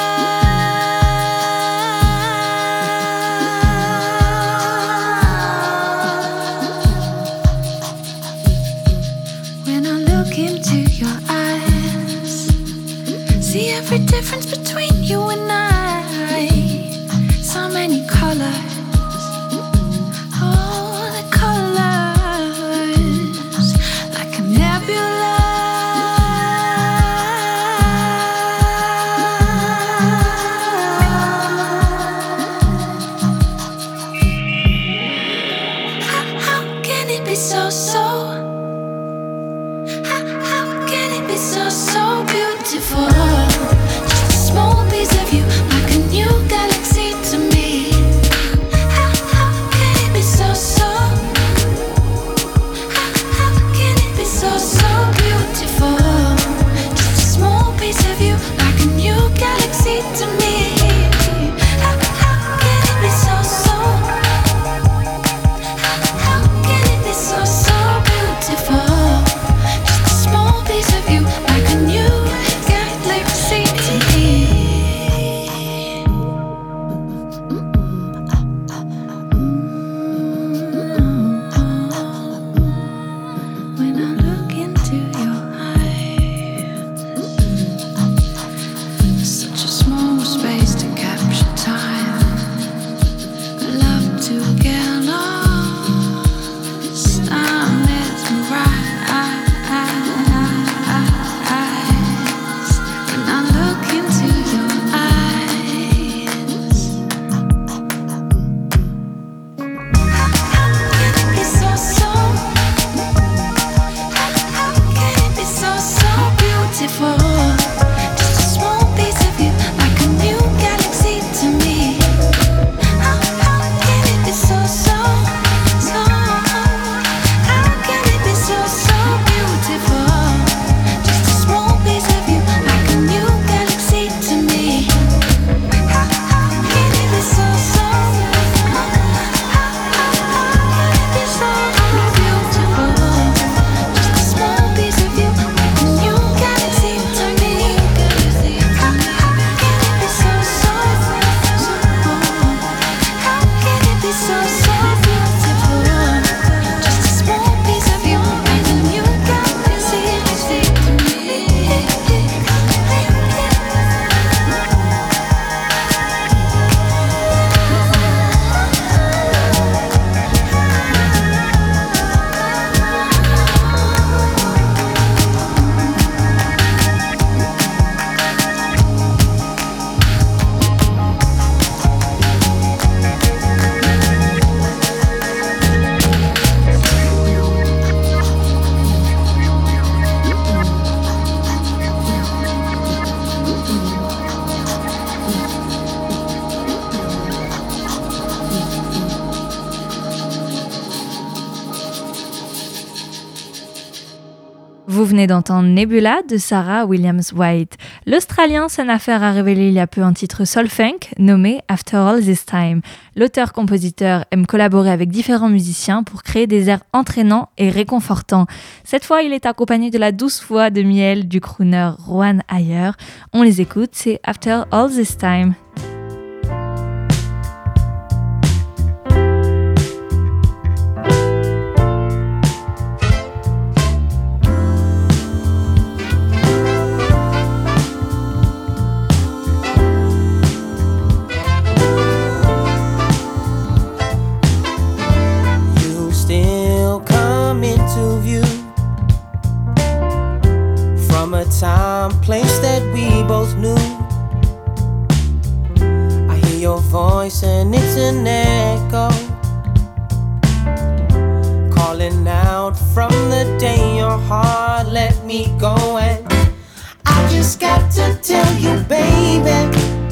When I look into your eyes, see every difference between you and I. So many colors, oh, the colors, like a nebula. How can it be so? How can it be so beautiful? Just a small piece of you, like a new galaxy to me. How can it be so? How can it be so beautiful? Just a small piece of you, like a new galaxy to me. How can it be so? How can it be so beautiful? Just a small piece of you, like a new galaxy to me. When I look into your eyes, such a small space to capture time. Love to get lost, I'm mesmerized. When I look into your eyes, how can it be so? How can it be so beautiful? Just a small piece of you, like a new galaxy to me. How can it be so? How can it be so beautiful? Just a small piece of you, like a new galaxy to me. How can it be so? How can it be so beautiful? Just a small piece of you, like a new galaxy to me. How can it be so? How can it be so beautiful? Just a small piece of you, like a new galaxy to me. Vous venez d'entendre Nebula de Sarah Williams-White. L'Australien Son Affair a révélé il y a peu un titre soul-funk nommé After All This Time. L'auteur-compositeur aime collaborer avec différents musiciens pour créer des airs entraînants et réconfortants. Cette fois, il est accompagné de la douce voix de miel du crooner Rowan Ayer. On les écoute, c'est After All This Time. Time, place that we both knew. I hear your voice and it's an echo could tell you, baby.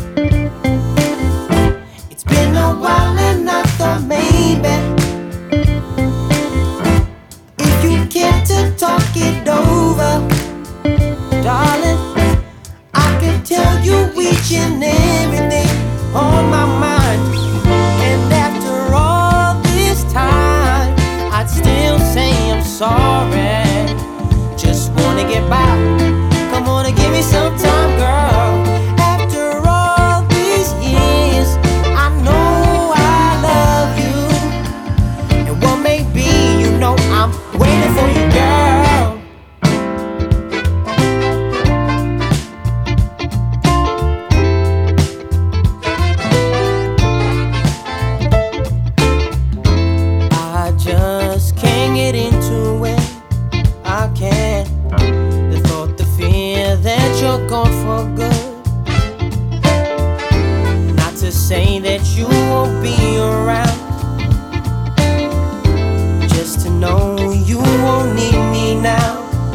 It's been a while and I thought maybe if you care to talk it over, darling, I can tell you each and everything on my mind. And after all this time, I'd still say I'm sorry. Just wanna get by. Come on and give me some time, girl. After all these years, I know I love you. And what may be, you know I'm waiting for you, girl. I just can't get into it. I can't. The thought, the fear that you're gone for good. Not to say that you won't be around, just to know you won't need me now.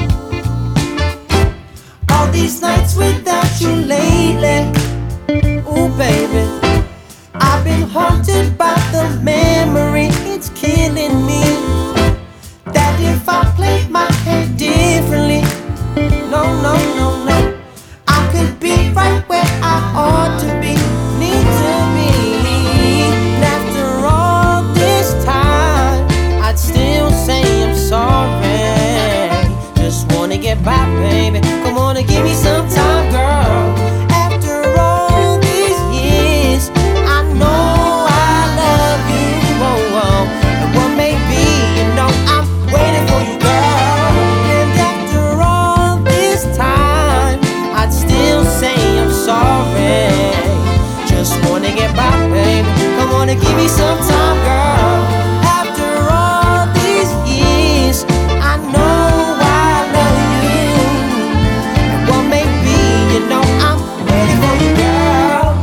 All these nights without you lately, ooh baby, I've been haunted by the memory, it's killing me. That if I played my hand differently, no, no, no, no, I could be right where I ought to be, need to be. And after all this time, I'd still say I'm sorry. Just wanna get by, baby. Come on and give me some time, girl. After all these years, I know I love you. Oh, oh. And what may be, you know I'm waiting for you, girl. And after all this time, I'd still say I'm sorry. Just wanna get by, baby. Come on and give me some time, girl. After all these years, I know I love you. And what may be, you know I'm waiting for you, girl.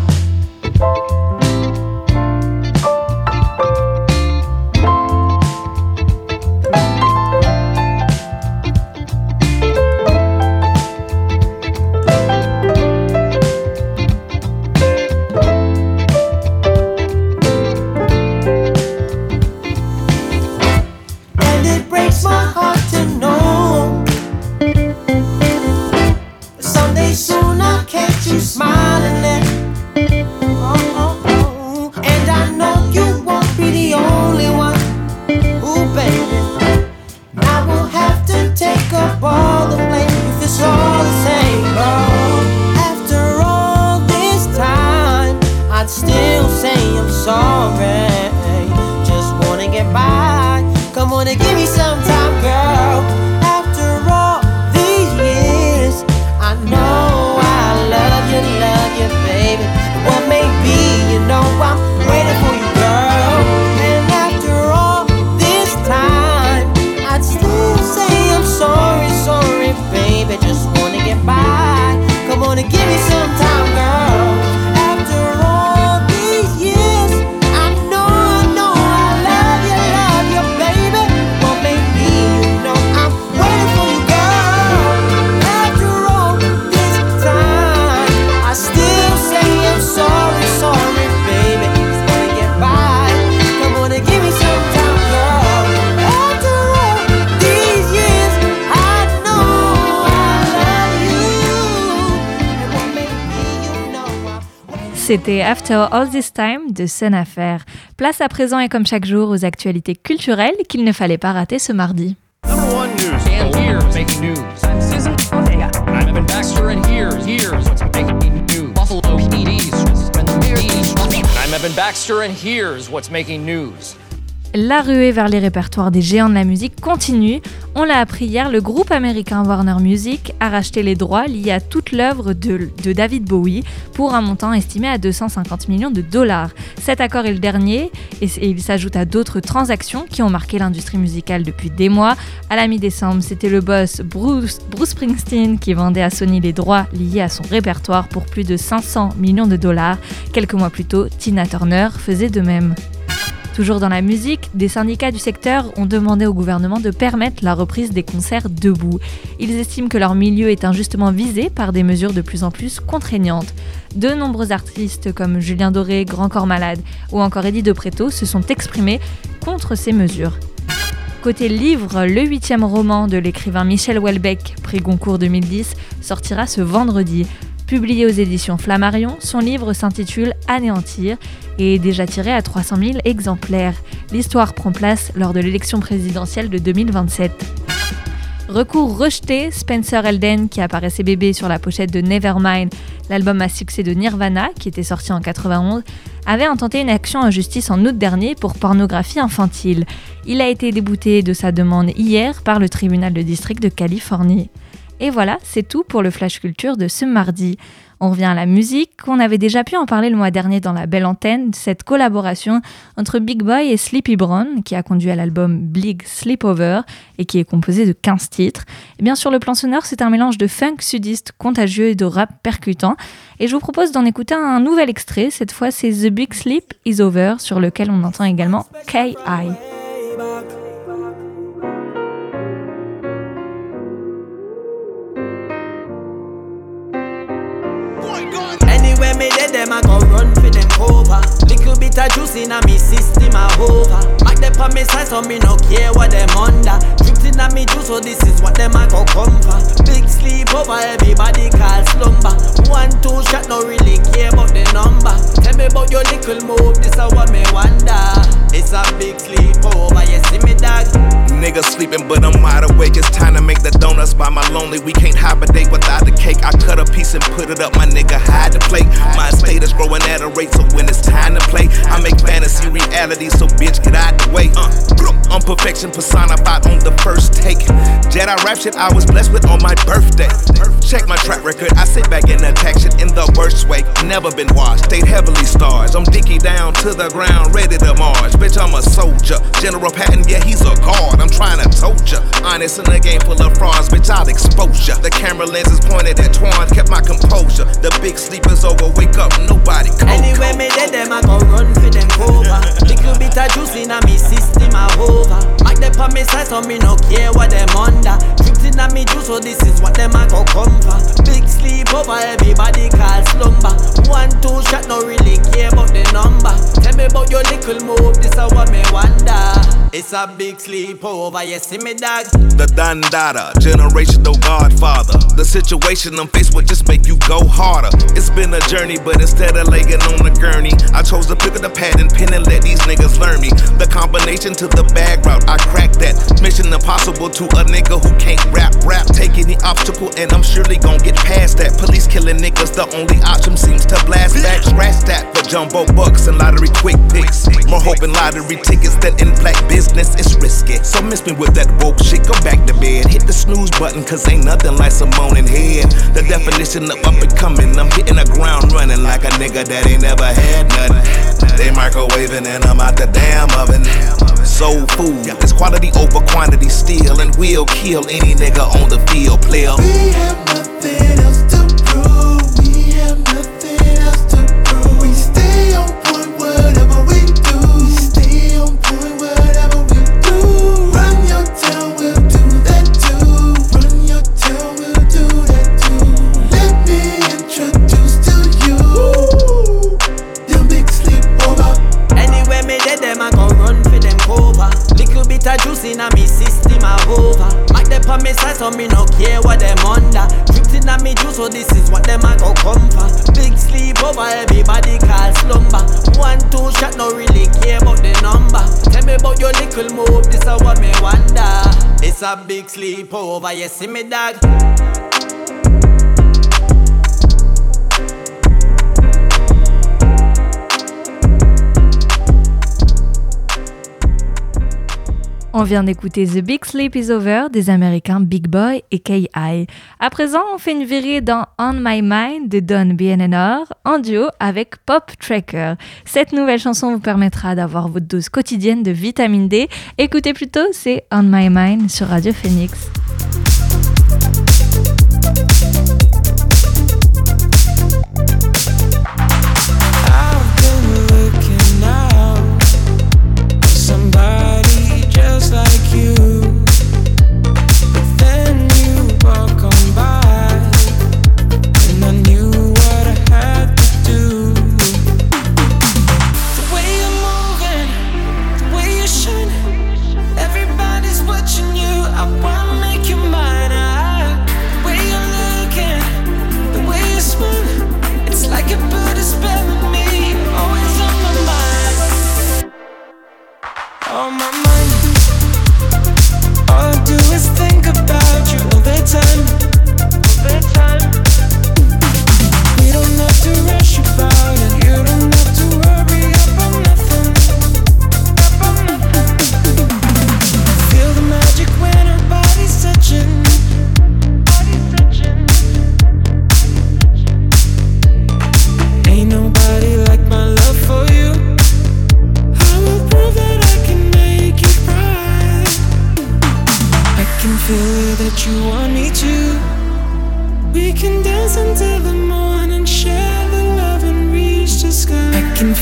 And it breaks my heart to know someday soon I'll catch you smiling there. Oh, oh, oh. And I know you won't be the only one. Ooh, baby, I will have to take up all the blame if it's all the same. Oh, after all this time, I'd still say I'm sorry. Just wanna get by. Come on and give me some time, girl. After all these years, I know I love you, baby. What may be, you know I'm waiting for you, girl. And after all this time, I'd still say I'm sorry, sorry, baby. Just wanna get by. Come on and give me some time, girl. After all these years, I know I love you, baby. What may be, you know I'm waiting for you, girl. After all this time, I still say I'm sorry, sorry, baby. Just wanna get by. Come on and give me some time, girl. After all these years, I know I love you. And what may be, you know I'm C'était After All This Time de Sun Affair. Place à présent et comme chaque jour aux actualités culturelles qu'il ne fallait pas rater ce mardi. Number one news. And here's making news. I'm Evan Baxter, and here's what's making news. Buffalo PD's. I'm Evan Baxter, and here's what's making news. La ruée vers les répertoires des géants de la musique continue. On l'a appris hier, le groupe américain Warner Music a racheté les droits liés à toute l'œuvre de David Bowie pour un montant estimé à 250 millions de dollars. Cet accord est le dernier et il s'ajoute à d'autres transactions qui ont marqué l'industrie musicale depuis des mois. À la mi-décembre, c'était le boss Bruce Springsteen qui vendait à Sony les droits liés à son répertoire pour plus de 500 millions de dollars. Quelques mois plus tôt, Tina Turner faisait de même. Toujours dans la musique, des syndicats du secteur ont demandé au gouvernement de permettre la reprise des concerts debout. Ils estiment que leur milieu est injustement visé par des mesures de plus en plus contraignantes. De nombreux artistes comme Julien Doré, Grand Corps Malade ou encore Eddie de Pretto se sont exprimés contre ces mesures. Côté livre, le 8e roman de l'écrivain Michel Houellebecq, prix Goncourt 2010, sortira ce vendredi. Publié aux éditions Flammarion, son livre s'intitule « Anéantir » et est déjà tiré à 300 000 exemplaires. L'histoire prend place lors de l'élection présidentielle de 2027. Recours rejeté, Spencer Elden, qui apparaissait bébé sur la pochette de Nevermind, l'album à succès de Nirvana, qui était sorti en 91, avait intenté une action en justice en août dernier pour pornographie infantile. Il a été débouté de sa demande hier par le tribunal de district de Californie. Et voilà, c'est tout pour le Flash Culture de ce mardi. On revient à la musique. On avait déjà pu en parler le mois dernier dans la belle antenne, cette collaboration entre Big Boy et Sleepy Brown, qui a conduit à l'album Big Sleepover et qui est composé de 15 titres. Et bien sur le plan sonore, c'est un mélange de funk sudiste contagieux et de rap percutant. Et je vous propose d'en écouter un nouvel extrait. Cette fois, c'est The Big Sleep Is Over, sur lequel on entend également K.I. Anywhere me dead, them I go run for them cover. Little bit of juice in a me system I over. Back them on me side so me no care what them under. Drips in a me juice so this is what them I go come for. Big sleep over everybody call slumber. 1, 2 shot no really care about the number. Tell me about your little move, this is what me wonder. It's a big sleep over, you see me dog. Niggas sleeping but I'm wide awake. It's time to make the donuts by my lonely. We can't hibernate without the cake. I cut a piece and put it up, my nigga hide the plate. My estate is growing at a rate, so when it's time to play, I make fantasy reality, so bitch get out the way. I'm perfection personified on the first take. Jedi rap shit I was blessed with on my birthday. Check my track record, I sit back and attack shit in the worst way. Never been washed, stayed heavily starched. I'm dicky down to the ground, ready to march. Bitch, I'm a soldier. General Patton, yeah, he's a guard. I'm trying to tote ya. Honest in a game full of frauds, bitch, I'll expose ya. The camera lens is pointed at Twan, kept my composure. The big sleep is over, wake up, nobody cold. Anywhere me dead, them I go run for them cover. Little bit of juice in a me system I over. Back them on me side so me no care what them under. Drips in a me juice so this is what them I go come for. Big sleep over everybody call slumber. 1, 2 shot no really care about the number. Tell me about your little move, this is what me wonder. It's a big sleep over, you see me dog. The Dandada, generational godfather. The situation I'm faced with just make you go harder. It's been a journey, but instead of laying on the gurney, I chose to pick up the pad and pen and let these niggas learn me. The combination to the bag route, I cracked that. Mission impossible to a nigga who can't rap. Take any obstacle and I'm surely gon' get past that. Police killing niggas, the only option seems to blast back. Scratch that for jumbo bucks and lottery quick picks. More hope in lottery tickets than in black business, it's risky. So miss me with that woke shit, go back to bed. Hit the snooze button, cause ain't nothing like some moaning head. The definition of up and coming, I'm hitting the ground running like a nigga that ain't never had nothing. They microwaving and I'm out the damn oven. Soul food, it's quality over quantity still, and we'll kill any nigga on the field, player. We have nothing else to prove. We have nothing else to prove. We stay on point, whatever we do. We stay on point, whatever we do. Run your town, we'll do that too. Run your town, we'll do that too. Let me introduce to you the big sleepover. Anywhere me dead, them I go run for them cover. Little bit of juice in a me system I over. Back them on me side so me no care what them under. Drips in a me juice so this is what them I go come for. Big sleep over everybody call slumber. 1, 2 shot no really care about the number. Tell me about your little move, this is what me wonder. It's a big sleep over, you see me dog. On vient d'écouter The Big Sleep Is Over des Américains Big Boy et K.I. À présent, on fait une virée dans On My Mind de Don BNNR en duo avec Pop Tracker. Cette nouvelle chanson vous permettra d'avoir votre dose quotidienne de vitamine D. Écoutez plutôt, c'est On My Mind sur Radio Phoenix.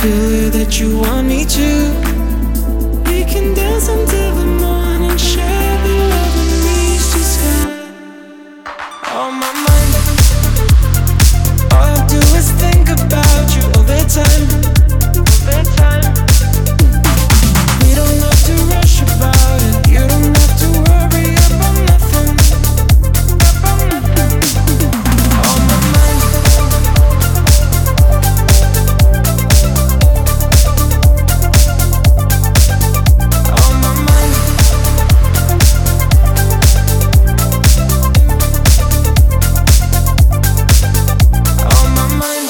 feel that you want me to. We can dance until the morning, share the love and reach the sky. On my mind, all I do is think about you all the time. We don't have to rush about it. You don't have to worry about nothing. On my mind. On my mind. On my mind.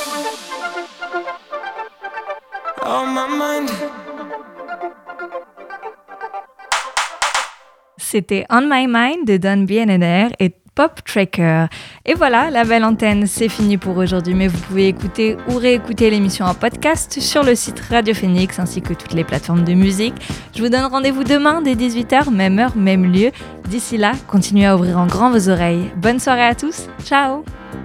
On my mind. C'était On My Mind de Don BNNR et Pop Tracker. Et voilà, la belle antenne, c'est fini pour aujourd'hui, mais vous pouvez écouter ou réécouter l'émission en podcast sur le site Radio Phoenix ainsi que toutes les plateformes de musique. Je vous donne rendez-vous demain dès 18h, même heure, même lieu. D'ici là, continuez à ouvrir en grand vos oreilles. Bonne soirée à tous, ciao!